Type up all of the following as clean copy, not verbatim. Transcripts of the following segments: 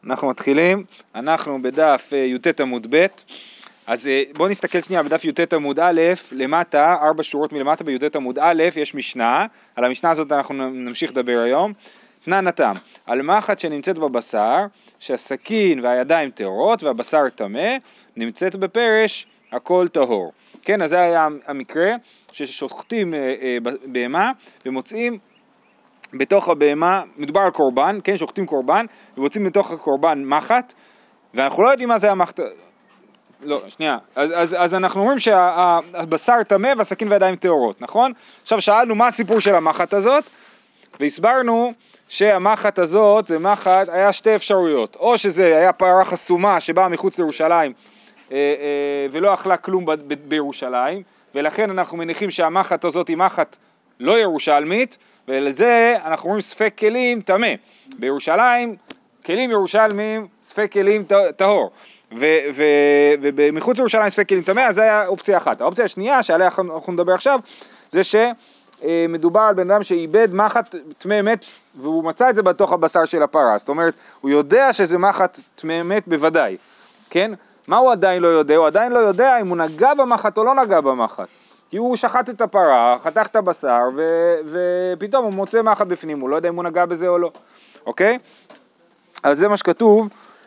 אנחנו מתחילים, אנחנו בדף י"ט עמוד ב', אז בואו נסתכל שנייה בדף י"ט עמוד א', למטה, 4 שורות מלמטה בי"ט עמוד א', יש משנה, על המשנה הזאת אנחנו נמשיך לדבר היום. תנן הטעם, על מחט שנמצאת בבשר, שהסכין והידיים טהורות והבשר טמא, נמצאת בפרש, הכל טהור. כן, אז זה היה המקרה ששוחטים בהמה ומוצאים בתוך הבהמה, מדובר על קורבן, כן, שוחטים קורבן, ומוצאים בתוך הקורבן מחט, ואנחנו לא יודעים מה זה המחט, לא, שנייה, אז אנחנו אומרים שהבשר טמא והסכין והידיים טהורות, נכון? עכשיו שאלנו מה הסיפור של המחט הזאת, והסברנו שהמחט הזאת, זה מחט, היה שתי אפשרויות, או שזה היה פרה חסומה שבאה מחוץ לירושלים, ולא אכלה כלום בירושלים, ולכן אנחנו מניחים שהמחט הזאת היא מחט לא ירושלמית, ולזה אנחנו אומרים ספק כלים טמא. בירושלים, כלים ירושלמים, ספק כלים טהור. ומחוץ לירושלים ספק כלים טמא, אז זה היה אופציה אחת. האופציה השנייה שעליה אנחנו נדבר עכשיו, זה שמדובר על בן אדם שאיבד מחט טמא מת, והוא מצא את זה בתוך הבשר של הפרה. זאת אומרת, הוא יודע שזה מחט טמא מת בוודאי. כן? מה הוא עדיין לא יודע? הוא עדיין לא יודע אם הוא נגע במחט או לא נגע במחט. כי הוא שחט את הפרה, חתך את הבשר, ופתאום הוא מוצא מחט בפנים, הוא לא יודע אם הוא נגע בזה או לא. אוקיי? אז זה מה שכתוב,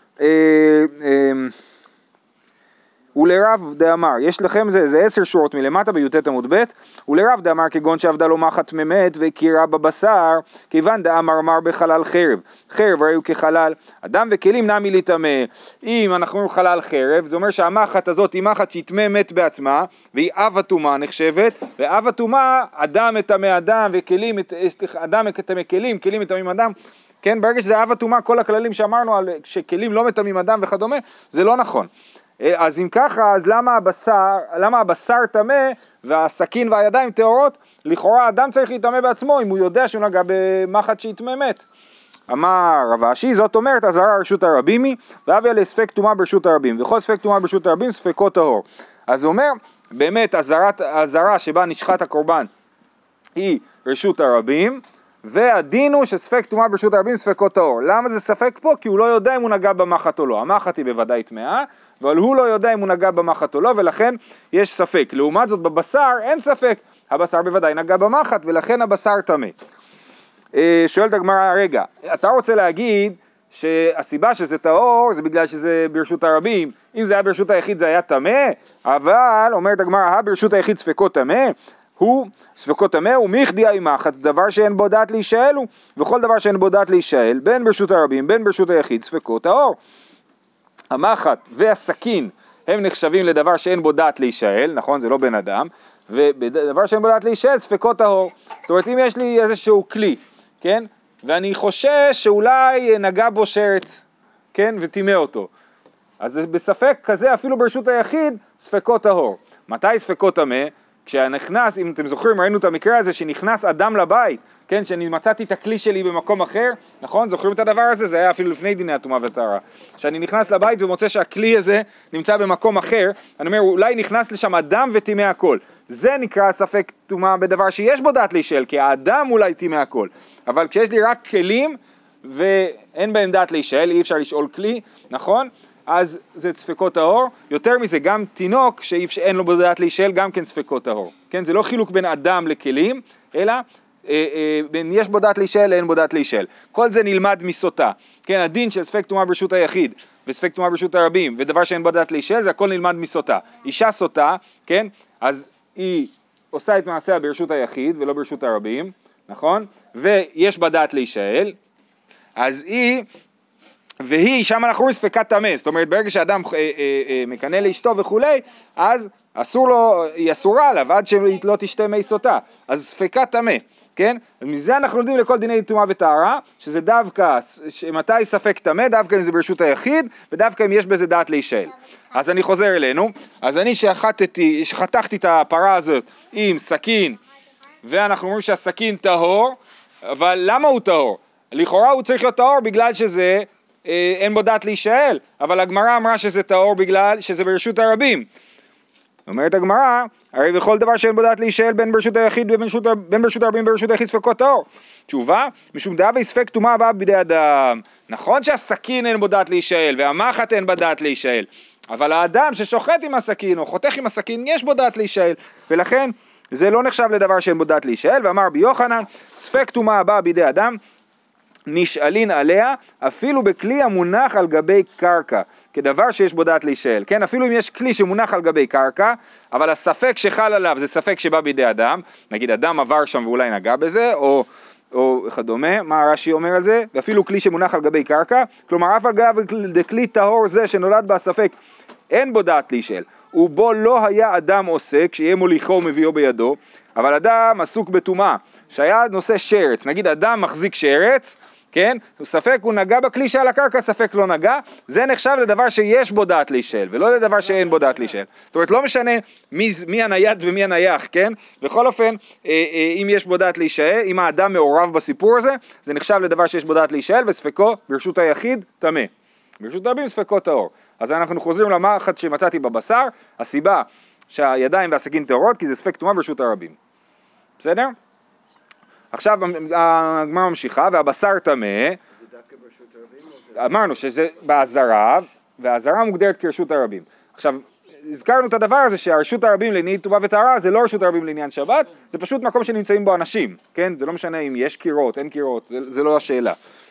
ולרב דאמר, יש לכם זה 10 שורות מלמטה בי"ט עמוד ב', ולרב דאמר כגון שעבדה לו מחט ממת והכירה בבשר, כיוון דאמר מר בחלל חרב, חרב ראיו כחלל, אדם וכלים נמי להיטמא. אם אנחנו אומרים חלל חרב, זה אומר שהמחט הזאת היא מחט שהיא טמא מת בעצמה, והיא אב הטומאה נחשבת, ואב הטומאה אדם מטמא אדם, וכלים, אדם מטמא כלים, כלים מטמאים אדם, כן, ברגע שזה אב הטומאה, כל הכללים שאמרנו על שכלים לא מטמאים אדם וכדומה, זה לא נכון. אז אם ככה, אז למה הבשר טמא והסכין והידיים טהורות? לכאורה אדם צריך להיטמא בעצמו אם הוא יודע שהוא נגע במחט שהיא טמא מת. אמר רב אשי, זאת אומרת אזהרה רשות הרבים היא, והביא לספק טומאה ברשות הרבים, וכל ספק טומאה ברשות הרבים ספקו טהור. אז הוא אומר, באמת הזהרה שבה נשחט הקורבן היא רשות הרבים, והדין הוא שספק טומאה ברשות הרבים ספקו טהור. למה זה ספק פה? כי הוא לא יודע אם הוא נגע במחט או לא. המחט היא בוודאי טמאה, אבל הוא לא יודע אם הוא נגע במחט או לא, ולכן יש ספק. לעומת זאת בבשר אין ספק, הבשר בוודאי נגע במחט, ולכן הבשר טמא. שואלת הגמרא, רגע, אתה רוצה להגיד שהסיבה שזה טהור זה בגלל שזה ברשות הרבים, אם זה היה ברשות היחיד זה היה טמא, אבל אומרת הגמרא, ברשות היחיד ספקו טמא, הוא ספקו טמא ומכדי היא מחט, דבר שאין בו דעת להישאל הוא, וכל דבר שאין בו דעת להישאל, בין ברשות הרבים בין ברשות היחיד ספקו טהור. המחט והסכין הם נחשבים לדבר שאין בו דעת להישאל, נכון, זה לא בן אדם, ובדבר שאין בו דעת להישאל ספקו טהור. זאת אומרת, אם יש לי איזשהו כלי, כן, ואני חושש שאולי נגע בו שרץ, כן, וטימא אותו, אז בספק כזה אפילו ברשות היחיד ספקו טהור. מתי ספקו טמא? כשנכנס, אם אתם זוכרים, ראינו את המקרה הזה שנכנס אדם לבית, כן, שאני מצאתי את הכלי שלי במקום אחר, נכון? זוכרים את הדבר הזה? זה היה אפילו לפני דיני הטומאה והטהרה. שאני נכנס לבית ומוצא שהכלי הזה נמצא במקום אחר, אני אומר, אולי נכנס לשם אדם וטימא הכל. זה נקרא ספק טומאה בדבר שיש בו דעת להישאל, כי האדם אולי טימא הכל. אבל כשיש לי רק כלים ואין בהם דעת להישאל, אי אפשר לשאול כלי, נכון? אז זה ספקות טהור. יותר מזה, גם תינוק שאין לו בדעת להישאל, גם כן ספקות טהור. כן, זה לא חילוק בין אדם לכלים, אלא בין יש בו דעת להישאל, אין בו דעת להישאל. כל זה נלמד מסוטה. כן, הדין של ספק טומאה ברשות היחיד, וספק טומאה ברשות הרבים, ודבר שאין בו דעת להישאל, זה הכל נלמד מסוטה. אישה סוטה, כן, אז היא עושה את מעשיה ברשות היחיד, ולא ברשות הרבים, נכון? ויש בה דעת להישאל, אז והיא, שם אנחנו רואים ספקת טמא, זאת אומרת, ברגע שאדם מקנא לאשתו וכולי, אז היא אסורה עליו, עד שלא תשתה מי סוטה, אז ספקת טמא, כן? מזה אנחנו יודעים לכל דיני טומאה וטהרה, שזה דווקא, מתי ספק טמא, דווקא אם זה ברשות היחיד, ודווקא אם יש בזה דעת להישאל. אז אני חוזר אלינו, אז אני שחתכתי את הפרה הזאת עם סכין, ואנחנו אומרים שהסכין טהור, אבל למה הוא טהור? לכאורה הוא צריך להיות טהור בגלל שזה אין בו דעת להישאל, אבל הגמרא אמרה שזה טהור בגלל שזה ברשות הרבים. אומרת הגמרא, הרי בכל דבר שאין בו דעת להישאל בין ברשות היחיד בין ברשות הרבים ברשות היחיד ספקו טהור. תשובה, משום דאבי ספק טומאה באה בידי אדם. נכון שהסכין אין בו דעת להישאל, והמחט אין בה דעת להישאל, אבל האדם ששוחט עם הסכין או חותך עם הסכין יש בו דעת להישאל, ולכן זה לא נחשב לדבר שאין בו דעת להישאל. ואמר רבי יוחנן, ספק טומאה הבאה בידי אדם, נשאלין עליה אפילו בכלי המונח על גבי קרקע, כדבר שיש בו דעת להישאל, כן? אפילו אם יש כלי שמונח על גבי קרקע, אבל הספק שחל עליו זה ספק שבא בידי אדם, נגיד אדם עבר שם ואולי נגע בזה, או כדומה, מה רש"י אומר על זה? ואפילו כלי שמונח על גבי קרקע, כלומר אף על גב כלי טהור זה שנולד בה ספק, אין בו דעת להישאל, ובו לא היה אדם עוסק, שיהיה מוליכו ומביאו בידו, אבל אדם עסוק בטומאה, שהיה נושא שרץ, נגיד אדם מחזיק שרץ, כן? ספק הוא נגע בכלי שעל הקרקע, ספק לא נגע, זה נחשב לדבר שיש בו דעת להישאל, ולא לדבר שאין בו דעת להישאל. זאת אומרת, לא משנה מי הנייד ומי הנייח, כן? בכל אופן, אם יש בו דעת להישאל, אם האדם מעורב בסיפור הזה, זה נחשב לדבר שיש בו דעת להישאל, וספקו ברשות היחיד טמא. ברשות רבים ספקו טהור. אז אנחנו חוזרים למחט שמצאתי בבשר, הסיבה שהידיים והסכין טהורות, כי זה ספק טומאה ברשות הרבים. בסדר? עכשיו הגמרא ממשיכה, והבשר טמא, אמרנו שזה בעזרה, והעזרה מוגדרת כרשות הרבים. עכשיו, הזכרנו את הדבר הזה שהרשות הרבים לעניין טומאה וטהרה, זה לא רשות הרבים לעניין שבת, זה פשוט מקום שנמצאים בו אנשים, כן? זה לא משנה אם יש קירות, אין קירות, זה לא השאלה.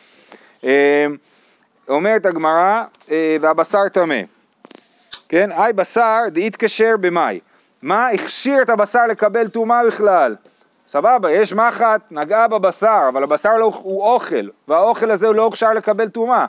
אומרת הגמרא, והבשר טמא, כן? בשר דהתקשר במאי, מה הכשיר את הבשר לקבל טומאה בכלל? סבבה, יש מחט, נגעה בבשר, אבל הבשר לא, הוא אוכל, והאוכל הזה הוא לא הוכשר לקבל טומאה.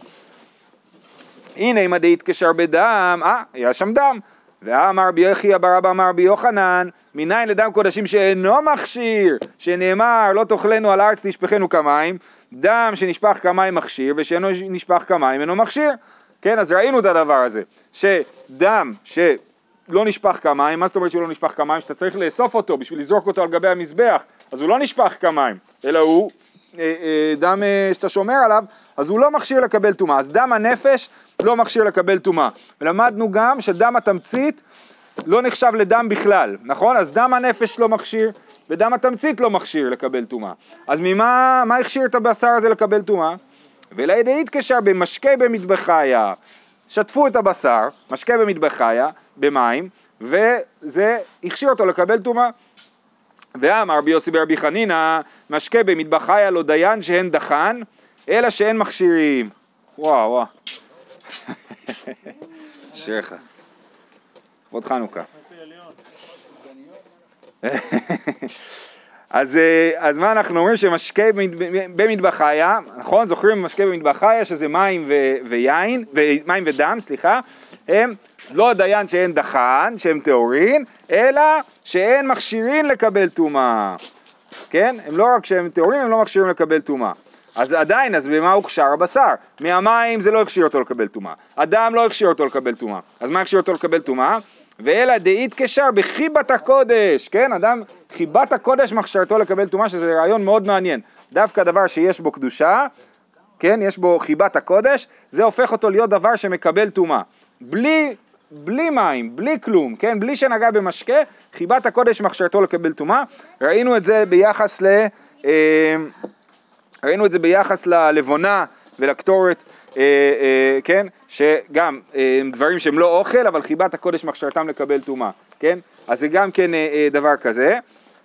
הנה, אם דהתקשר בדם, היה שם דם. ואמר רבי יחיא בר אבא אמר רבי יוחנן, מניין לדם קודשים שאינו מכשיר, שנאמר לא תאכלנו על הארץ תשפכנו כמים, דם שנשפך כמים מכשיר, ושאינו נשפך כמים אינו מכשיר. כן, אז ראינו את הדבר הזה, שדם לא נשפך כמים, מה זאת אומרת שהוא לא נשפך כמים? שאתה צריך לאסוף אותו בשביל לזרוק אותו על גבי המזבח, אז הוא לא נשפך כמים, אלא הוא דם שאתה שומר עליו, אז הוא לא מכשיר לקבל טומאה. אז דם הנפש לא מכשיר לקבל טומאה. ולמדנו גם שדם התמצית לא נחשב לדם בכלל, נכון? אז דם הנפש לא מכשיר, ודם התמצית לא מכשיר לקבל טומאה. אז מה הכשיר את הבשר הזה לקבל טומאה? ולידי התקשר במשקה במטבחיה, שטפו את הבשר, משקה במטבחיה, במים, וזה הכשיר אותו לקבל טומאה. ואמר רבי יוסי ברבי חנינא, משקה במטבחיה לא דיין שהן דחן, אלא שהן מכשירים. וואו. שירך. עוד חנוכה. אז מה אנחנו אומרים? שמשקה במטבחיה, נכון? זוכרים משקה במטבחיה שזה מים ויין, מים ודם, סליחה, הם לא דיין שאין דחן, שהם טהורין, אלא שאין מכשירים לקבל טומאה. כן? הם לא רק שהם טהורין, הם לא מכשירים לקבל טומאה. אז עדיין, אז במה הוכשר הבשר? מהמים זה לא הכשיר אותו לקבל טומאה. הדם לא הכשיר אותו לקבל טומאה. אז מה הכשיר אותו לקבל טומאה? ואלא דהתקשר בחיבת הקודש, כן? אדם, חיבת הקודש מכשירתו לקבל טומאה, שזה רעיון מאוד מעניין. דווקא דבר שיש בו קדושה, כן? יש בו חיבת הקודש, זה הופך אותו להיות דבר שמקבל טומאה. בלי מים, בלי כלום, כן? בלי שנגע במשקה, חיבת הקודש מכשירתו לקבל טומאה. ראינו את זה ביחס ללבונה ולקטורת, כן? שגם דברים שהם לא אוכל, אבל חיבת הקודש מכשירתם לקבל טומאה, כן? אז זה גם כן דבר כזה.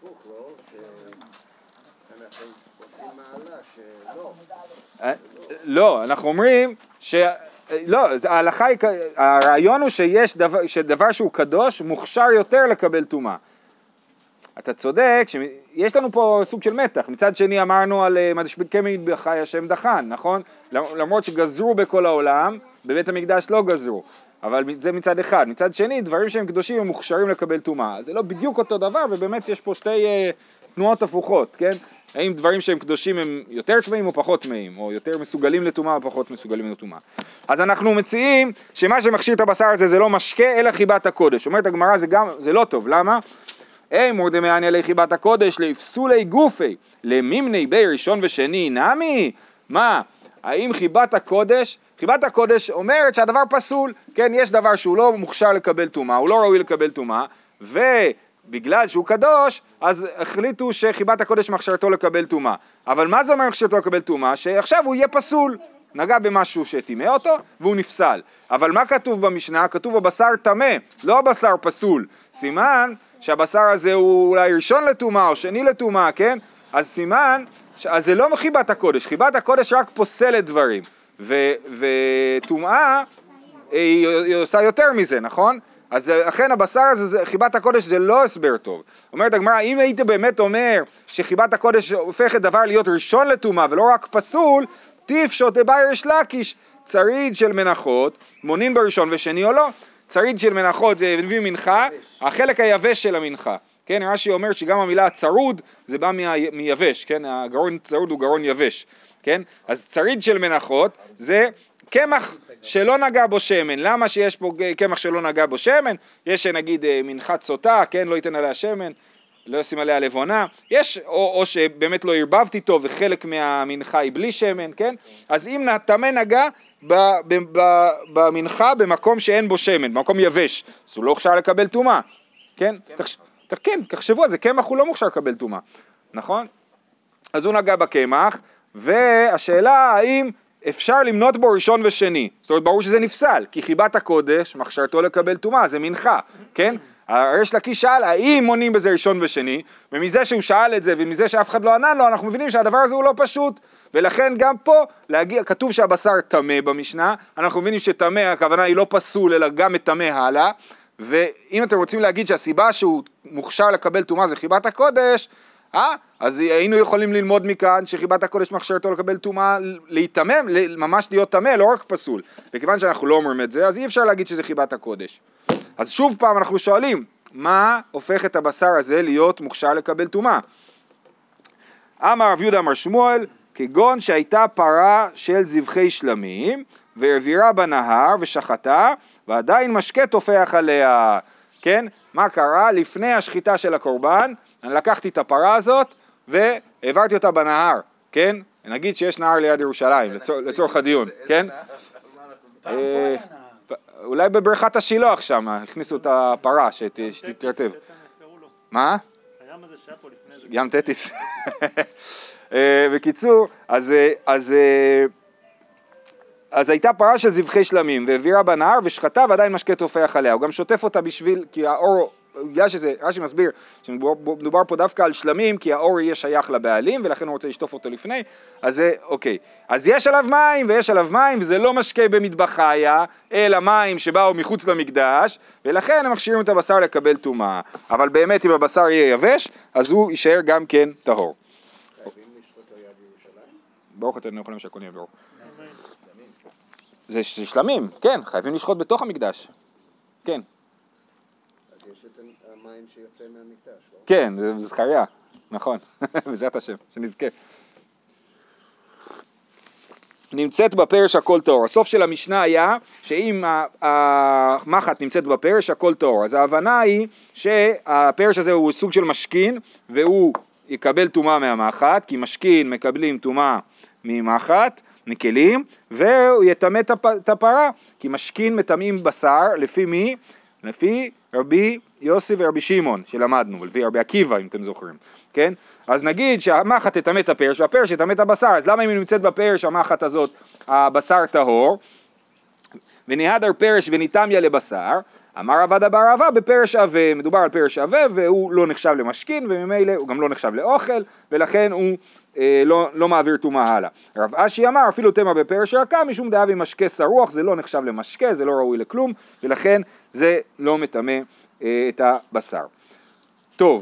לא, אנחנו אומרים לא, ההלכה היא, הרעיון הוא שדבר שהוא קדוש מוכשר יותר לקבל טומאה. אתה צודק, יש לנו פה סוג של מתח. מצד שני אמרנו על משקה במטבחיה שהם דחן, נכון? למרות שגזרו בכל העולם, בבית המקדש לא גזרו. אבל זה מצד אחד. מצד שני, דברים שהם קדושים הם מוכשרים לקבל טומאה. זה לא בדיוק אותו דבר, ובאמת יש פה שתי תנועות הפוכות, כן? האם דברים שהם קדושים הם יותר טמאים או פחות טמאים, או יותר מסוגלים לטומאה או פחות מסוגלים לטומאה. אז אנחנו מציעים שמה שמכשיר את הבשר הזה זה לא משקה, אלא חיבת הקודש. אומרת הגמרא, זה לא טוב. למה? מורדמי עלי חיבת הקודש לפסולי גופי, למימני בי ראשון ושני נמי? מה? האם חיבת הקודש אומרת שהדבר פסול, כן? יש דבר שהוא לא מוכשר לקבל טומאה, הוא לא ראוי לקבל טומאה, ובגלל שהוא קדוש, אז החליטו שחיבת הקודש מכשירתו לקבל טומאה. אבל מה זה אומר מכשירתו לקבל טומאה? שעכשיו הוא יהיה פסול, נגע במשהו שטימא אותו והוא נפסל. אבל מה כתוב במשנה? כתוב הבשר טמא, לא הבשר פסול. סימן שהבשר הזה הוא אולי ראשון לטומאה או שני לטומאה, כן? אז סימן, אז זה לא חיבת הקודש, חיבת הקודש רק פוסלת דברים, וטומאה היא עושה יותר מזה, נכון? אז אכן הבשר הזה, חיבת הקודש זה לא הסבר טוב. אומרת הגמרא, אם היית באמת אומר שחיבת הקודש הופכת דבר להיות ראשון לטומאה ולא רק פסול, תפשוט דבאי ריש לקיש, צריד של מנחות, מונים בראשון ושני או לא? צריד של מנחות זה מביא מנחה, החלק היבש של המנחה. כן, רש"י אומר שגם המילה צרוד זה בא מיבש, כן? הגרון צרוד הוא גרון יבש, כן? אז צריד של מנחות זה קמח שלא נגע בו שמן. למה שיש פה קמח שלא נגע בו שמן? יש נגיד מנחת סוטה, כן? לא ייתן עליה שמן, לא ישים עליה לבונה. יש, או שבאמת לא הרבבתי טוב וחלק מהמנחה היא בלי שמן, כן? אז אם טמא נגע במנחה במקום שאין בו שמן, במקום יבש, אז הוא לא אפשר לקבל טומאה, כן? כן, תחשבו על זה, קמח הוא לא מוכשר לקבל טומאה, נכון? אז הוא נגע בקמח, והשאלה האם אפשר למנות בו ראשון ושני. זאת אומרת, ברור שזה נפסל, כי חיבת הקודש, מכשרתו לקבל טומאה, זה מנחה, כן? ריש לקיש שאל, האם מונים בזה ראשון ושני, ומזה שהוא שאל את זה, ומזה שאף אחד לא ענה לו, אנחנו מבינים שהדבר הזה הוא לא פשוט, ולכן גם פה, כתוב שהבשר טמא במשנה, אנחנו מבינים שטמא, הכוונה היא לא פסול, אלא גם מטמא הלאה, ואם אתם רוצים להגיד שהסיבה שהוא מוכשר לקבל טומאה זה חיבת הקודש, אז היינו יכולים ללמוד מכאן שחיבת הקודש מכשרתו לקבל טומאה, להתמם, ממש להיות טמא, לא רק פסול. וכיוון שאנחנו לא אומרים את זה, אז אי אפשר להגיד שזה חיבת הקודש. אז שוב פעם אנחנו שואלים, מה הופך את הבשר הזה להיות מוכשר לקבל טומאה? אמר רב יהודה אמר שמואל, כגון שהייתה פרה של זבחי שלמים, והעבירה בנהר ושחטה, ועדיין משקה תופח עליה. כן? מה קרה? לפני השחיטה של הקורבן, אני לקחתי את הפרה הזאת והעברתי אותה בנהר, כן? נגיד שיש נהר ליד ירושלים, לצורך הדיון, כן? אולי בברכת השילוח שם, הכניסו את הפרה שתתרטב. מה? הים הזה שהיה פה לפני זה. ים תטיס. בקיצור, אז הייתה פרה של זבחי שלמים, והעבירה בנהר ושחטה ועדיין משקה תופח עליה. הוא גם שוטף אותה בשביל, כי האור, בגלל שזה, רש"י מסביר, שמדובר פה דווקא על שלמים, כי האור יהיה שייך לבעלים, ולכן הוא רוצה לשטוף אותו לפני, אז זה, אוקיי. אז יש עליו מים, ויש עליו מים, וזה לא משקה במטבח חיה, אלא מים שבאו מחוץ למקדש, ולכן הם מכשירים את הבשר לקבל טומאה. אבל באמת, אם הבשר יהיה יבש, אז הוא יישאר גם כן טהור. חייבים לשחוט ליד ירושלים? ברוך אתם יכולים שהכל יהיה ברור. זה שלמים, כן, חייבים לשחוט בתוך המקדש. כן. אז יש את המים שיוצא מהמקדש, לא? כן, זה זכריה, נכון, בעזרת השם, שנזכה. נמצאת בפרש הכל טהור. הסוף של המשנה היה שאם המחט נמצאת בפרש הכל טהור, אז ההבנה היא שהפרש הזה הוא סוג של משכין והוא יקבל טומאה מהמחט, כי משכין מקבלים טומאה ממחט, מכלים, והוא יטמא את הפרה, כי משכין מטמאים בשר, לפי מי? לפי רבי יוסי ורבי שמעון שלמדנו, לפי רבי עקיבא אם אתם זוכרים, כן? אז נגיד שהמחט תטמא את הפרש והפרש יטמא את הבשר, אז למה אם היא נמצאת בפרש המחט הזאת הבשר טהור? וניהדר פרש וניתמיה לבשר, אמר עבד אבר אבא בפרש עבה, מדובר על פרש עבה והוא לא נחשב למשכין וממילא הוא גם לא נחשב לאוכל ולכן הוא לא מעביר טומאה הלאה. רב אשי אמר אפילו תמה בפרש רכה משום דאבי משקה שרוח, זה לא נחשב למשקה, זה לא ראוי לכלום ולכן זה לא מטמא את הבשר. טוב,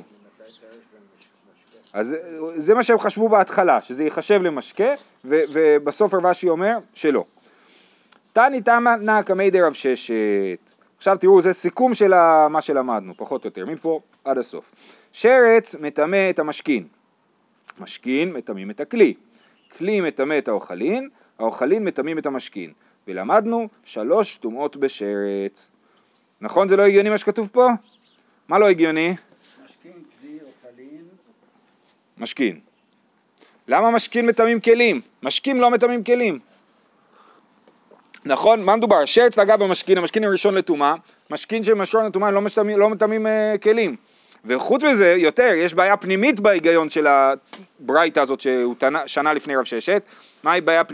אז זה מה שהם חשבו בהתחלה, שזה ייחשב למשקה ובסוף רב אשי אומר שלא. תני תמא קמי דרב ששת. עכשיו תראו, זה סיכום של מה שלמדנו, פחות או יותר, מפה עד הסוף. שרץ מטמא את המשכין, משכין מטמאים את הכלי, כלי מטמא את האוכלין, האוכלין מטמאים את המשכין, ולמדנו 3 טומאות בשרץ. נכון זה לא הגיוני מה שכתוב פה? מה לא הגיוני? משכין, כלי, אוכלין. משכין. למה משכין מטמאים כלים? משכין לא מטמאים כלים. נכון, מה מדובר? שרץ והגע במשכין, המשכין הראשון לטומאה, משכין שמשכין לטומאה לא מטמאים כלים. וחוץ מזה, יותר, יש בעיה פנימית בהיגיון של הברייתא הזאת שהוא שנה לפני רב ששת. מה היא בעיה פנימית?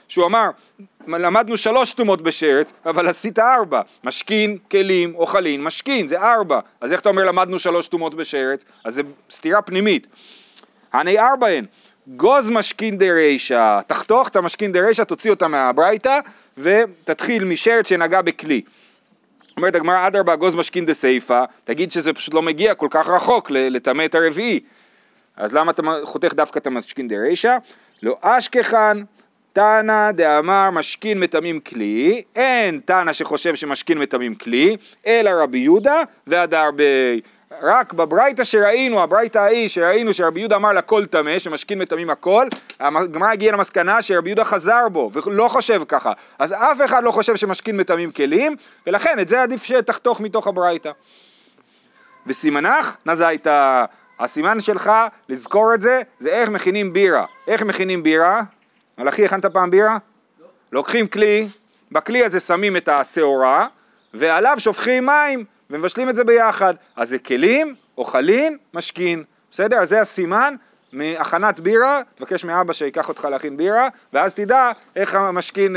שהוא אמר, למדנו 3 טומאות בשרץ, אבל עשית 4, משכין, כלים, אוכלין, משכין, זה 4, אז איך אתה אומר למדנו 3 טומאות בשרץ? אז זה סתירה פנימית. הני 4 הן, גוז משכין דרישה, תחתוך את המשכין דרישה, תוציא אותה מהברייתא, ותתחיל משרץ שנגע בכלי. אומרת הגמרא, אדרבה, גוז משכין דסייפה, תגיד שזה פשוט לא מגיע כל כך רחוק לטמא את הרביעי. אז למה אתה חותך דווקא את המשכין דרישה? לא אשכחן, תנא דאמר משכין מטמאים כלי, אין תנא שחושב שמשכין מטמאים כלי, אלא רבי יהודה והדר בי. רק בברייתא שראינו, הברייתא ההיא שראינו שרבי יהודה אמר לכל טמא, שמשכין מטמאים הכל, הגמרא הגיעה למסקנה שרבי יהודה חזר בו ולא חושב ככה. אז אף אחד לא חושב שמשכין מטמאים כלים, ולכן את זה עדיף שתחתוך מתוך הברייתא. וסימנך נזית, הסימן שלך לזכור את זה, זה איך מכינים בירה. איך מכינים בירה? מלאכי, הכנת פעם בירה? לא. לוקחים כלי, בכלי הזה שמים את השעורה, ועליו שופכים מים, ומבשלים את זה ביחד. אז זה כלים, אוכלין, משכין. בסדר? אז זה הסימן מהכנת בירה, תבקש מאבא שיקח אותך להכין בירה, ואז תדע איך המשכין...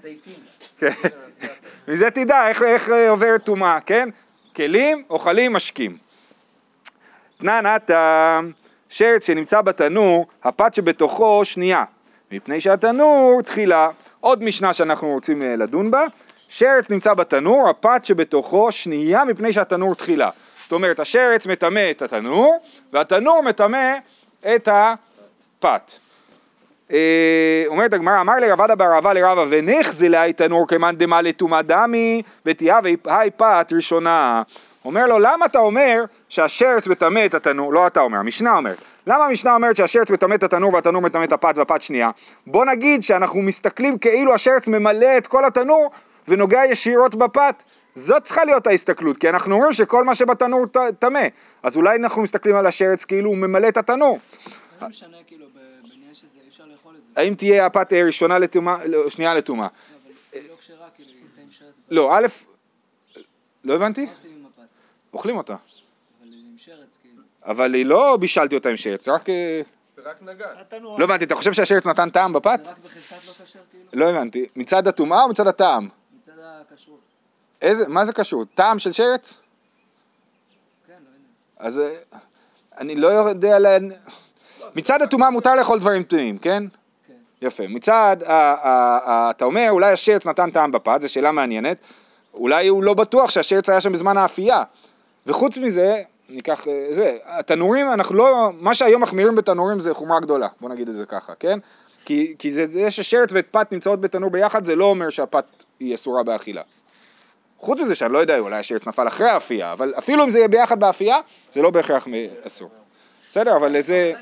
מזה תדע איך עובר טומאה, כן? כלים, אוכלים, משקים. תנן הטעם, שרץ שנמצא בתנור, הפת שבתוכו שנייה, מפני שהתנור תחילה. עוד משנה שאנחנו רוצים לדון בה, שרץ נמצא בתנור, הפת שבתוכו שנייה, מפני שהתנור תחילה. זאת אומרת, השרץ מטמא את התנור, והתנור מטמא את הפת. אומרת הגמרא, אמר לרבדה בערבה לרבה ונחזי להי תנור כמאן דמה לטומאה דמי, ותהיה והי פת ראשונה. אומר לו, למה אתה אומר שהשרץ מטמא את התנור? לא אתה אומר, המשנה אומרת. למה המשנה אומרת שהשרץ מטמא את התנור והתנור מטמא את הפת והפת שנייה? בוא נגיד שאנחנו מסתכלים כאילו השרץ ממלא את כל התנור ונוגע ישירות בפת. זאת צריכה להיות ההסתכלות, כי אנחנו אומרים שכל מה שבתנור טמא. אז אולי אנחנו מסתכלים על השרץ כאילו הוא ממלא את התנור. זה משנה כאילו בעניין שזה אפשר לאכול את זה. האם תהיה הפת ראשונה לטומאה, שנייה לטומאה? אבל היא לא כשרה כאילו, היא תהיה עם שרץ. לא, א', לא הבנתי? מה עושים עם הפת? אוכלים אותה. אבל היא עם שרץ כאילו. אבל היא לא בישלתי אותה עם שרץ, רק... רק נגע. לא הבנתי, אתה חושב שהשרץ נתן טעם בפת? זה רק בחזקת לא כשר כאילו? לא הבנתי. מצד הטומאה או מצד הטעם? מצד הכשרות. מה זה קשור? טעם של שרץ? כן, לא יודע. אז אני לא יודע... מצד הטומאה מותר לאכול דברים טועים, כן? כן. יפה. מצד, אתה אומר, אולי השרץ נתן טעם בפת, זו שאלה מעניינת. אולי הוא לא בטוח שהשרץ היה שם בזמן האפייה. וחוץ מזה, ניקח זה, התנורים, אנחנו לא, מה שהיום מחמירים בתנורים זה חומרה גדולה, בוא נגיד את זה ככה, כן? כי זה ששרץ ופת נמצאות בתנור ביחד, זה לא אומר שהפת היא אסורה באכילה. חוץ מזה שאני לא יודע, אולי השרץ נפל אחרי האפייה, אבל אפילו אם זה יהיה ביחד באפייה, זה לא בהכרח אסור. בסדר, אבל לזה...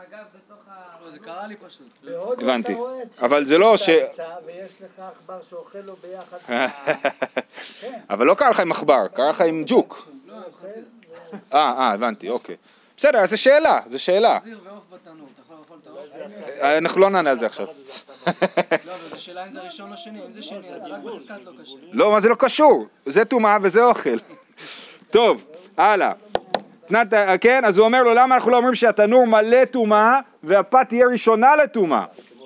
זה קרה לי פשוט. הבנתי, אבל זה לא ש... ויש לך עכבר שאוכל לו ביחד. אבל לא קרה לך עם עכבר, קרה לך עם ג'וק. לא, עם חזיר. הבנתי, אוקיי. בסדר, אז זה שאלה. חזיר ועוף בתנור, אתה יכול לאכול את העוף? אנחנו לא נענה על זה עכשיו. לא, אבל זו שאלה אם זה ראשון או שני, אם זה שני, אז רק בחזקת לא קשה. לא, מה זה לא קשור? זה טומאה וזה אוכל. טוב, הלאה. כן, אז הוא אומר לו, למה אנחנו לא אומרים שהתנור מלא טומאה והפת תהיה ראשונה לטומאה?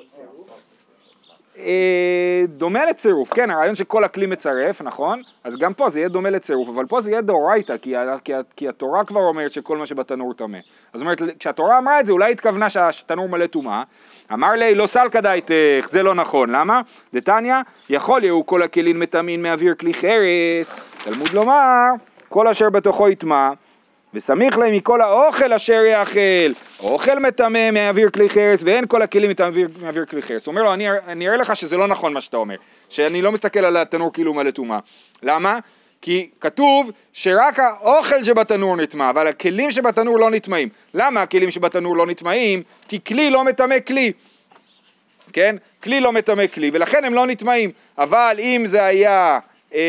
דומה לצירוף, כן, הרעיון שכל הכלי מצרף, נכון? אז גם פה זה יהיה דומה לצירוף, אבל פה זה יהיה דאורייתא, כי התורה כבר אומרת שכל מה שבתנור טמא. אז זאת אומרת, כשהתורה אמרה את זה, אולי התכוונה שהתנור מלא טומאה. אמר לי, לא סלקא דייתך, זה לא נכון, למה? דתניא, יכול יהיו כל הכלים מטמאים מאוויר כלי חרס, תלמוד לומר, כל אשר בתוכו יטמא, וסמיך להם מכל האוכל אשר יאכל, אוכל מטמא מאוויר כלי חרס, ואין כל הכלים מאוויר כלי חרס. הוא אומר לו, אני אראה לך שזה לא נכון מה שאתה אומר, שאני לא מסתכל על התנור כאילו מלא טומאה. למה? כי כתוב שרק האוכל שבתנור נטמא, אבל הכלים שבתנור לא נטמאים. למה הכלים שבתנור לא נטמאים? כי כלי לא מטמא כלי. כן? כלי לא מטמא כלי, ולכן הם לא נטמאים. אבל אם זה היה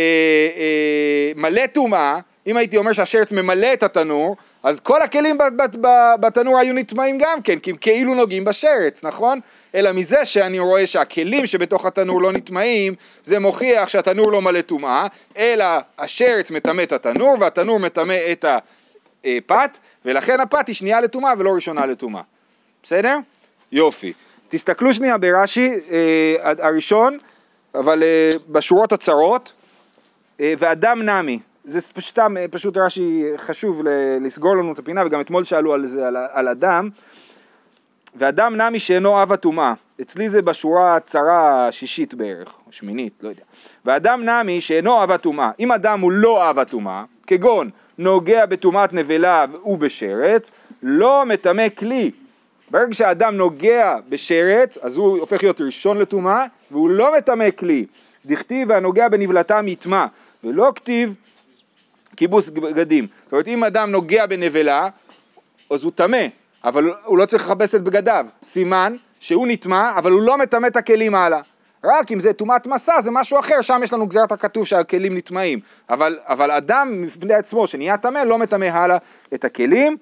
מלא טומאה, אם הייתי אומר שהשרץ ממלא את התנור, אז כל הכלים בתנור היו נטמאים גם כן, כי הם כאילו נוגעים בשרץ, נכון? אלא מזה שאני רואה שהכלים שבתוך התנור לא נטמאים, זה מוכיח שהתנור לא מלא טומאה, אלא השרץ מטמא את התנור, והתנור מטמא את הפת, ולכן הפת היא שנייה לטומאה ולא ראשונה לטומאה. בסדר? יופי. תסתכלו שנייה ברש"י הראשון, אבל בשורות הצרות, ואדם נמי, זה פשוט רש"י חשוב לסגור לנו את הפינה, וגם אתמול שאלו על זה, על אדם, ואדם נמי שאינו אב הטומאה, אצלי זה בשורה הצרה השישית בערך, או שמינית, לא יודע, ואדם נמי שאינו אב הטומאה, אם אדם הוא לא אב הטומאה, כגון נוגע בטומאת נבלה ובשרץ, לא מטמא כלי. ברגע שהאדם נוגע בשרץ, אז הוא הופך להיות ראשון לטומאה, והוא לא מטמא כלי. דכתיב והנוגע בנבלתם יטמא, ולא כתיב כיבוס בגדים. זאת אומרת, אם אדם נוגע בנבלה, אז הוא טמא, אבל הוא לא צריך לכבס את בגדיו. סימן שהוא נטמא, אבל הוא לא מטמא את הכלים הלאה. רק אם זה טומאת מסע, זה משהו אחר, שם יש לנו גזרת הכתוב שהכלים נטמאים. אבל אדם מפני עצמו שנהיה טמא, לא מטמא הלאה את הכלים.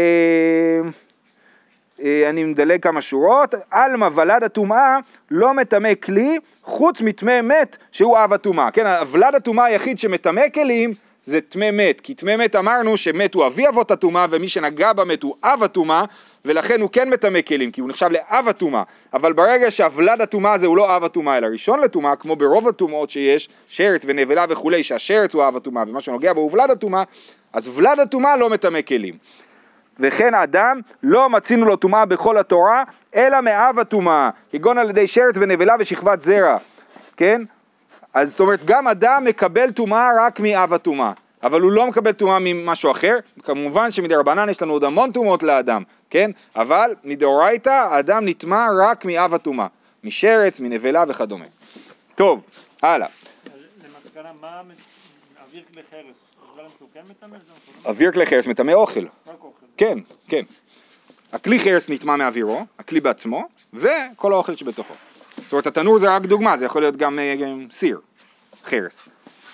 אני מדלג כמה שורות, אלמה ולד הטומאה לא מטמא כלי, חוץ מטמא מת שהוא אב הטומאה. כן, הוולד הטומאה היחיד שמטמא כלים זה טמא מת, כי טמא מת אמרנו שמת הוא אבי אבות הטומאה, ומי שנגע במת הוא אב הטומאה, ולכן הוא כן מטמא כלים, כי הוא נחשב לאב הטומאה. אבל ברגע שהוולד הטומאה הזה הוא לא אב הטומאה, אלא ראשון לטומאה, כמו ברוב הטומאות שיש, שרץ ונבלה וכולי, שהשרץ הוא אב הטומאה, ומה שנוגע בו הוא ולד הטומאה, אז ולד הטומאה לא מטמא כלים. וכן האדם לא מצינו לו טומאה בכל התורה, אלא מאב הטומאה, כגון על ידי שרץ ונבלה ושכבת זרע, כן? אז זאת אומרת, גם אדם מקבל טומאה רק מאב הטומאה, אבל הוא לא מקבל טומאה ממשהו אחר. כמובן שמדרבנן יש לנו עוד המון טומאות לאדם, כן? אבל מדאורייתא האדם נטמא רק מאב הטומאה, משרץ, מנבלה וכדומה. טוב, הלאה. למסקנה, מה אוויר כלי חרס? אוויר כלי חרס מטמא אוכל. רק אוכל. כן, כן. הכלי חרס נטמא מאווירו, הכלי בעצמו, וכל האוכל שבתוכו. זאת אומרת, התנור זה רק דוגמה, זה יכול להיות גם סיר, חרס.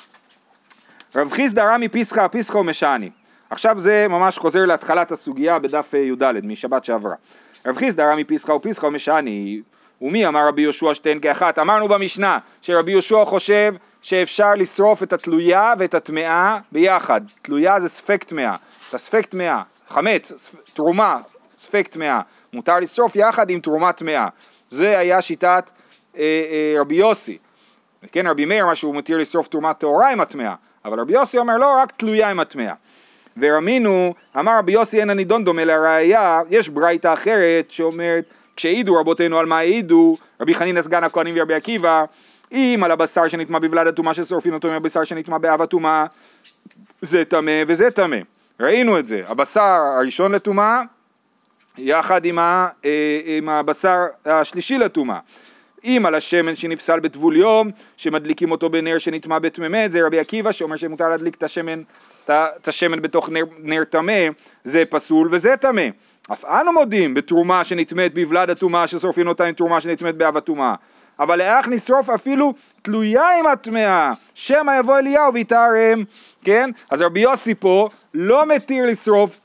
רב חיסדא רמי פיסחא פיסחא ומשעני. עכשיו זה ממש חוזר להתחלת הסוגיה בדף י"ד משבת שעברה. רב חיסדא רמי פיסחא ופיסחא ומשעני, ומי אמר רבי יהושע שתיהן כאחת? אמרנו במשנה שרבי יהושע חושב שאפשר לשרוף את התלויה ואת הטמאה ביחד. תלויה זה ספק טמאה, את הספק טמאה, חמץ, תרומה, ספק טמאה, מותר לשרוף יחד עם תרומת טמאה. זה היה שיטת רבי יוסי. כן, רבי מאיר מה שהוא מתיר לשרוף תרומת טהורה עם הטמאה, אבל רבי יוסי אומר לא, רק תלויה עם הטמאה. ורמינו, אמר רבי יוסי אין הנידון דומה לראיה, יש ברייתא אחרת שאומרת, כשעידו רבותינו על מה העידו, רבי חנינא סגן הכהנים ורבי עקיבא, אם על הבשר שנטמא בבלד הטומאה ששורפין אותו מהבשר שנטמא באב הטומאה, זה טמא וזה טמא. ראינו את זה, הבשר הראשון לטומאה, יחד עם הבשר השלישי לטומאה. אם על השמן שנפסל בטבול יום, שמדליקים אותו בנר שנטמא בטמא מת, זה רבי עקיבא שאומר שמותר להדליק את השמן בתוך נר טמא, זה פסול וזה טמא. אף אנו מודים בתרומה שנטמאת בבלד הטומאה ששורפין אותה עם תרומה שנטמאת באב הטומאה. אבל איך נשרוף אפילו תלויה עם הטמאה, שמא יבוא אליהו ויתארם, כן? אז רבי יוסי פה לא מתיר לשרוף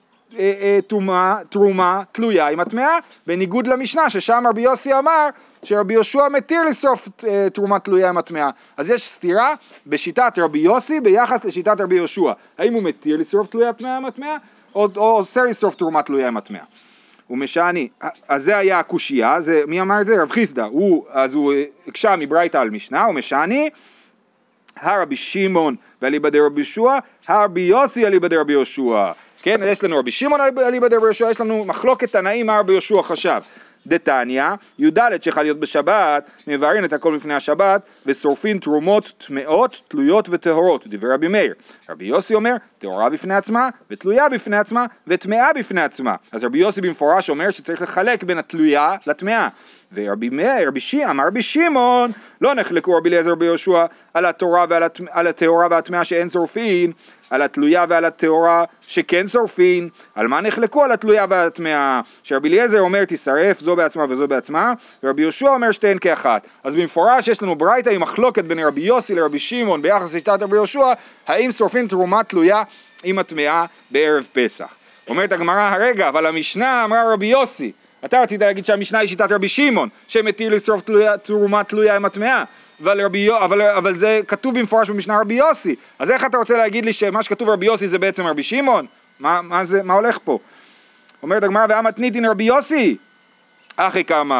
תרומה תלויה עם הטמאה, בניגוד למשנה ששם רבי יוסי אמר שרבי יהושע מתיר לשרוף תרומה תלויה עם הטמאה. אז יש סתירה בשיטת רבי יוסי ביחס לשיטת רבי יהושע. האם הוא מתיר לשרוף תלויה עם הטמאה או אוסר לשרוף תרומה תלויה עם הטמאה? ומשעני, אז זה היה הקושייה, מי אמר את זה? רב חיסדא, אז הוא הקשה מברייתא על משנה, ומשעני, הרבי שמעון ואליבא דרבי יהושע, הרבי יוסי אליבא דרבי יהושע. כן, יש לנו רבי שמעון אליבא דרבי יהושע, יש לנו מחלוקת תנאים הרבי יהושע חשב. דתניא, י"ד שחל להיות בשבת, מבארין את הכל לפני השבת, ושורפין תרומות טמאות, תלויות וטהורות, דבר רבי מאיר. רבי יוסי אומר, טהורה בפני עצמה, ותלויה בפני עצמה, וטמאה בפני עצמה. אז רבי יוסי במפורש אומר שצריך לחלק בין התלויה לטמאה. ורבי מאיר, אמר רבי שמעון, לא נחלקו רבי אליעזר רבי יהושע על התורה ועל הטהורה והטמאה שאין שורפין, על התלויה ועל הטהורה שכן שורפין. על מה נחלקו? על התלויה והטמאה. שרבי אליעזר אומר תשרף זו בעצמה וזו בעצמה, ורבי יהושע אומר שתיהן כאחת. אז במפורש יש לנו ברייתא עם מחלוקת בין רבי יוסי לרבי שמעון ביחס לשיטת רבי יהושע, האם שורפין תרומה תלויה עם הטמאה בערב פסח. אומרת הגמרא, הרגע, אבל המשנה אמרה רבי יוסי. אתה רצית להגיד שהמשנה היא שיטת רבי שמעון, שמתיר לשרוף תרומה תלויה עם הטמאה, אבל זה כתוב במפורש במשנה רבי יוסי. אז איך אתה רוצה להגיד לי שמה שכתוב רבי יוסי זה בעצם רבי שמעון? מה הולך פה? אומרת הגמרא, והמתניתין רבי יוסי, אחי כאמר,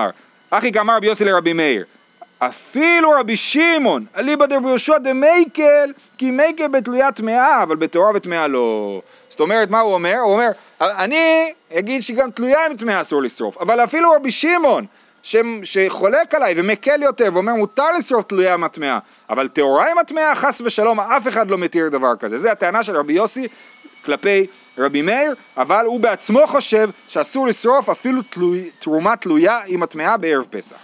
אחי כאמר רבי יוסי לרבי מאיר, אפילו רבי שמעון, אליבא דרבי יהושע דמייקל, כי מייקל בתלויה טמאה, אבל בתורה וטמאה לא. זאת אומרת, מה הוא אומר? הוא אומר, אני אגיד שגם תלויה עם טמאה אסור לשרוף, אבל אפילו רבי שמעון, שחולק עליי ומקל יותר, ואומר, מותר לשרוף תלויה עם הטמאה, אבל תורה עם הטמאה, חס ושלום, אף אחד לא מתיר דבר כזה. זה הטענה של רבי יוסי כלפי רבי מאיר, אבל הוא בעצמו חושב שאסור לשרוף אפילו תרומה תלויה עם הטמאה בערב פסח.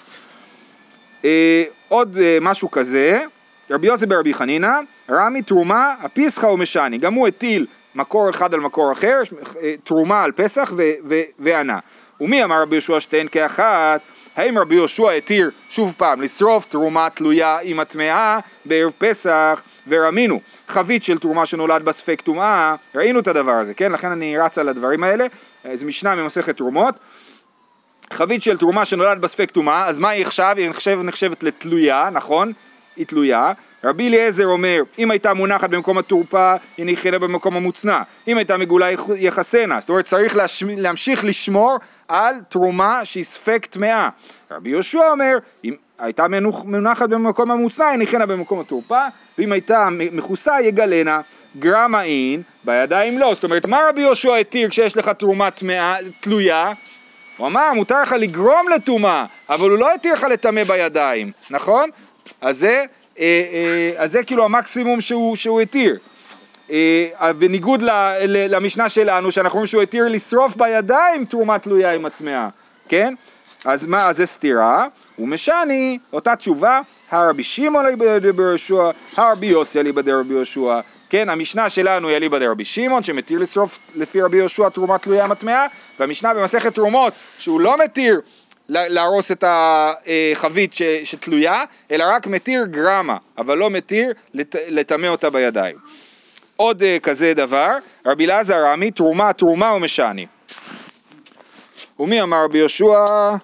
עוד משהו כזה, רבי יוסי ברבי חנינה, רמי תרומה, הפיסחה ומשני, גם הוא הטיל מקור אחד על מקור אחר, תרומה על פסח וענה. ומי אמר רבי יהושע שתיהן כאחת? האם רבי יהושע התיר שוב פעם לשרוף תרומה תלויה עם הטמאה בערב פסח? ורמינו, חבית של תרומה שנולד בספק טומאה, ראינו את הדבר הזה, כן? לכן אני רץ על הדברים האלה, זה משנה ממסכת תרומות, חבית של תרומה שנולד בספק טומאה, אז מה היא עכשיו? היא נחשבת לתלויה, נכון? היא תלויה. רבי אליעזר אומר, אם הייתה מונחת במקום התורפה, היא נכלה במקום המוצנע. אם הייתה מגולה, יחסנה. זאת אומרת, צריך להמשיך לשמור על תרומה שהיא ספק טמאה. רבי יהושע אומר, אם הייתה מונחת במקום המוצנע, היא נכלה במקום התורפה, ואם הייתה מכוסה, יגלנה. גרמה אין, בידיים לא. זאת אומרת, מה רבי יהושע התיר כשיש לך תרומה תלויה? הוא אמר, מותר לך לגרום לטומאה, אבל הוא לא התיר לך לטמא בידיים, נכון? אז זה כאילו המקסימום שהוא התיר. בניגוד למשנה שלנו, שאנחנו אומרים שהוא התיר לשרוף בידיים תרומה תלויה עם הטמאה, כן? אז מה, אז זה סתירה, ומשני, אותה תשובה, הרבי שמעון אליבא דרבי יהושע, הרבי יוסי אליבא דרבי יהושע, כן, המשנה שלנו היא אליבא דרבי שמעון, שמתיר לשרוף לפי רבי יהושע תרומה תלויה עם הטמאה, והמשנה במסכת תרומות, שהוא לא מתיר להרוס את החבית שתלויה, אלא רק מתיר גרמה, אבל לא מתיר לטמא אותה בידיים. עוד כזה דבר, רבי אלעזר רמי, תרומה ומשני. ומי אמר רבי יהושע,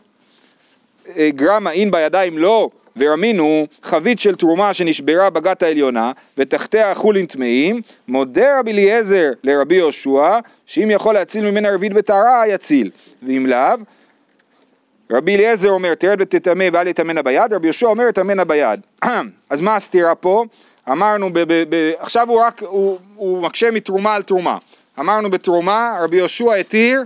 גרמה אין בידיים לא, ורמינו חבית של תרומה שנשברה בגת העליונה ותחתיה חולין טמאים, מודה רבי אליעזר לרבי יהושע שאם יכול להציל ממנה רביעית בטהרה יציל, ואם לאו רבי אליעזר אומר תרד ותטמא ואל יטמאנה ביד, רבי יהושע אומר תטמאנה ביד. אז מה הסתירה פה? אמרנו עכשיו הוא מקשה מתרומה על תרומה. אמרנו בתרומה רבי יהושע התיר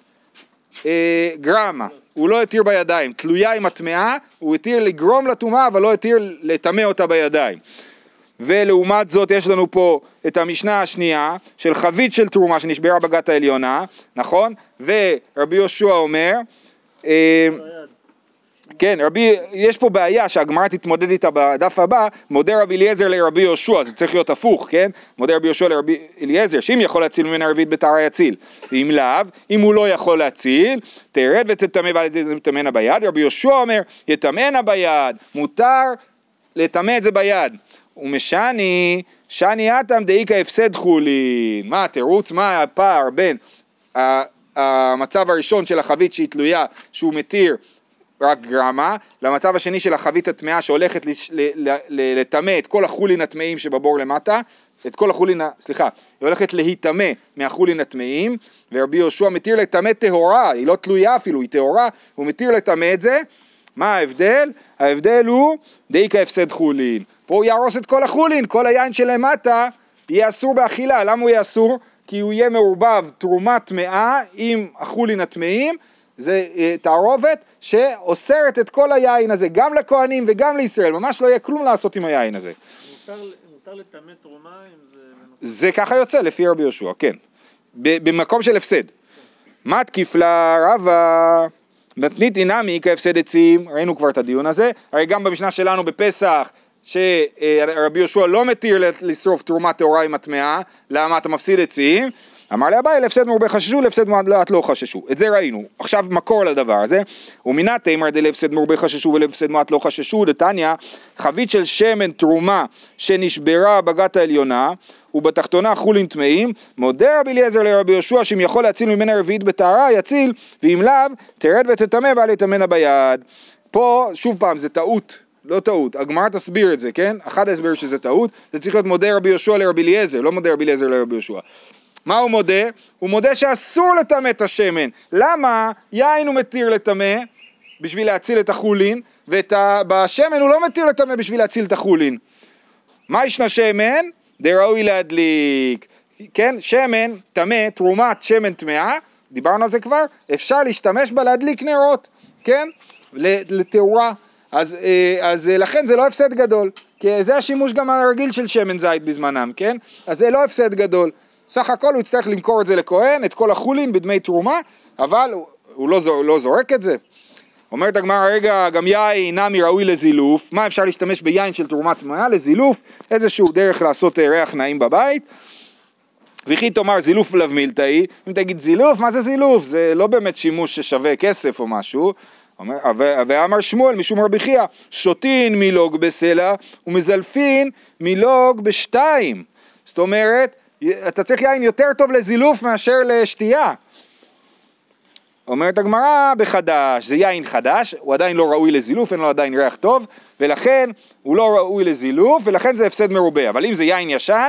גרמה, הוא לא התיר בידיים, תלויה עם הטמאה, הוא התיר לגרום לטומאה אבל לא התיר לטמא אותה בידיים. ולעומת זאת יש לנו פה את המשנה השנייה של חבית של תרומה שנשברה בגת העליונה, נכון? ורבי יהושע אומר כן, יש פה בעיה שהגמרא תתמודד איתה בדף הבא, מודה רבי אליעזר לרבי יהושע, זה צריך להיות הפוך, כן? מודה רבי יהושע לרבי אליעזר, שאם יכול להציל ממנה רביעית בטהרה יציל, ואם לאו, אם הוא לא יכול להציל, תרד ותטמא ותטמאנה ביד, רבי יהושע אומר, יטמאנה ביד, מותר לטמא את זה ביד, ומשני, שני אתם דאיקה הפסד חולין, מה התירוץ, מה הפער בין המצב הראשון של החבית שהיא תלויה, שהוא מתיר רק גרמה, למצב השני של החבית הטמאה שהולכת לטמא את כל החולין הטמאים שבבור למטה, את כל החולין, סליחה, היא הולכת להיטמא מהחולין הטמאים, ורבי יהושע מתיר לטמא טהורה, היא לא תלויה אפילו, היא טהורה, הוא מתיר לטמא את זה. מה ההבדל? ההבדל הוא דאיקה הפסד חולין, פה הוא יהרוס את כל החולין, כל היין שלמטה יהיה אסור באכילה. למה הוא יהיה אסור? כי הוא יהיה מעורבב תרומה טמאה עם החולין הטמאים, זה תערובת שאוסרת את כל היין הזה, גם לכהנים וגם לישראל, ממש לא יהיה כלום לעשות עם היין הזה. מותר לטמא תרומה אם זה ככה יוצא לפי רבי יהושע, כן. במקום של הפסד. מה תקיף לה רבה? מתנית אינמי כהפסד עצים, ראינו כבר את הדיון הזה, הרי גם במשנה שלנו בפסח, שרבי יהושע לא מתיר לשרוף תרומה טהורה עם הטמאה, למה אתה מפסיד עצים? אמר לי אביי, להפסד מרובה חששו, להפסד מועט לא חששו. את זה ראינו. עכשיו מקור לדבר הזה. ומינה תימר דלהפסד מרובה חששו ולהפסד מועט לא חששו, דתניא, חבית של שמן תרומה שנשברה בגת העליונה, ובתחתונה חולין טמאים, מודה רבי אליעזר לרבי יהושע שאם יכול להציל ממנה רביעית בטהרה, יציל, ואם לאו, תרד ותטמא ואל יטמאנה ביד. פה, שוב פעם, זה טעות. לא טעות, הגמרא תסביר את זה, כן? אחד הסביר שזה טעות, זה צריך להיות מודה רבי יהושע לרבי אליעזר, לא מודה רבי אליעזר לרבי יהושע. מה הוא מודה? הוא מודה שאסור לטמא את השמן. למה? יין הוא מתיר לטמא, בשביל להציל את החולין, ובשמן הוא לא מתיר לטמא בשביל להציל את החולין. מה ישנה שמן? דראוי להדליק. כן, שמן, טמא, תרומת שמן טמאה, דיברנו על זה כבר, אפשר להשתמש בה להדליק נרות, כן? לתאורה. אז לכן זה לא הפסד גדול, כי זה השימוש גם הרגיל של שמן זית בזמנם, כן? אז זה לא הפסד גדול. סך הכל הוא יצטרך למכור את זה לכהן, את כל החולין בדמי תרומה, אבל הוא לא זורק את זה. אומרת הגמרא, רגע, גם יין נמי ראוי לזילוף. מה אפשר להשתמש ביין של תרומת טמאה לזילוף? איזשהו דרך לעשות ריח נעים בבית. וכי תאמר זילוף לאו מילתאי. אם תגיד זילוף, מה זה זילוף? זה לא באמת שימוש ששווה כסף או משהו. ואמר שמואל משום רבי חייא, שותין מילוג בסלע ומזלפין מילוג בשתיים. זאת אומרת, אתה צריך יין יותר טוב לזילוף מאשר לשתייה. אומרת הגמרא בחדש, זה יין חדש, הוא עדיין לא ראוי לזילוף, אין לו עדיין ריח טוב, ולכן הוא לא ראוי לזילוף, ולכן זה הפסד מרובה. אבל אם זה יין ישן,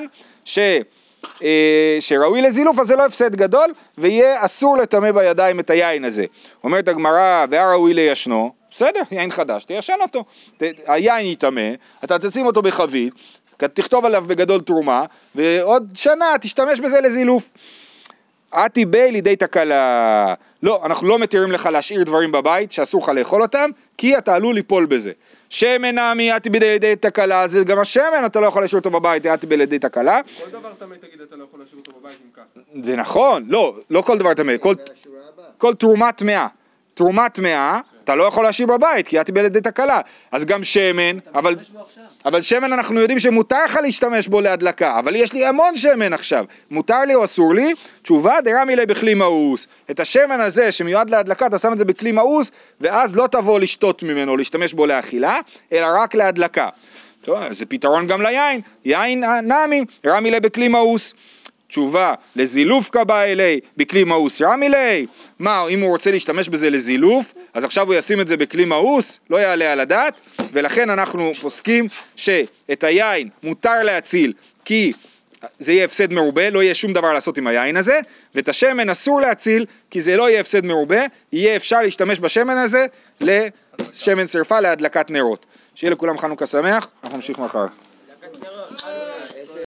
שראוי לזילוף, אז זה לא הפסד גדול, ויהיה אסור לטמא בידיים את היין הזה. אומרת הגמרא, והראוי לישנו, בסדר, יין חדש, תיישן אותו. היין יטמא, אתה תשים אותו בחבית, תכתוב עליו בגדול תרומה, ועוד שנה תשתמש בזה לזילוף. אתי בי לידי תקלה. לא, אנחנו לא מתירים לך להשאיר דברים בבית שאסור לך לאכול אותם, כי אתה עלול ליפול בזה. שמן נמי אתי בי לידי תקלה, זה גם השמן, אתה לא יכול להשאיר אותו בבית, אתי בי לידי תקלה. כל דבר תמי תגיד, אתה לא יכול להשאיר אותו בבית עם ככה. זה נכון, לא כל דבר תמי, כל תרומת טמאה. תרומת טמאה, אתה לא יכול להשאיר בבית, כי אתי בי לידי תקלה. אז גם שמן, אבל שמן אנחנו יודעים שמותר לך להשתמש בו להדלקה, אבל יש לי המון שמן עכשיו, מותר לי או אסור לי? תשובה, דרמי לי בכלי מאוס. את השמן הזה שמיועד להדלקה, אתה שם את זה בכלי מאוס, ואז לא תבוא לשתות ממנו, להשתמש בו לאכילה, אלא רק להדלקה. טוב, זה פתרון גם ליין, יין נמי, רמי לי בכלי מאוס. תשובה, לזילוף קבע אלי בכלי מאוס רמי לי. מה, אם הוא רוצה להשתמש בזה לזילוף, אז עכשיו הוא ישים את זה בכלי מאוס, לא יעלה על הדעת, ולכן אנחנו פוסקים שאת היין מותר להציל, כי זה יהיה הפסד מרובה, לא יהיה שום דבר לעשות עם היין הזה, ואת השמן אסור להציל, כי זה לא יהיה הפסד מרובה, יהיה אפשר להשתמש בשמן הזה לשמן שרפה להדלקת נרות. שיהיה לכולם חנוכה שמח, אנחנו נמשיך מחר.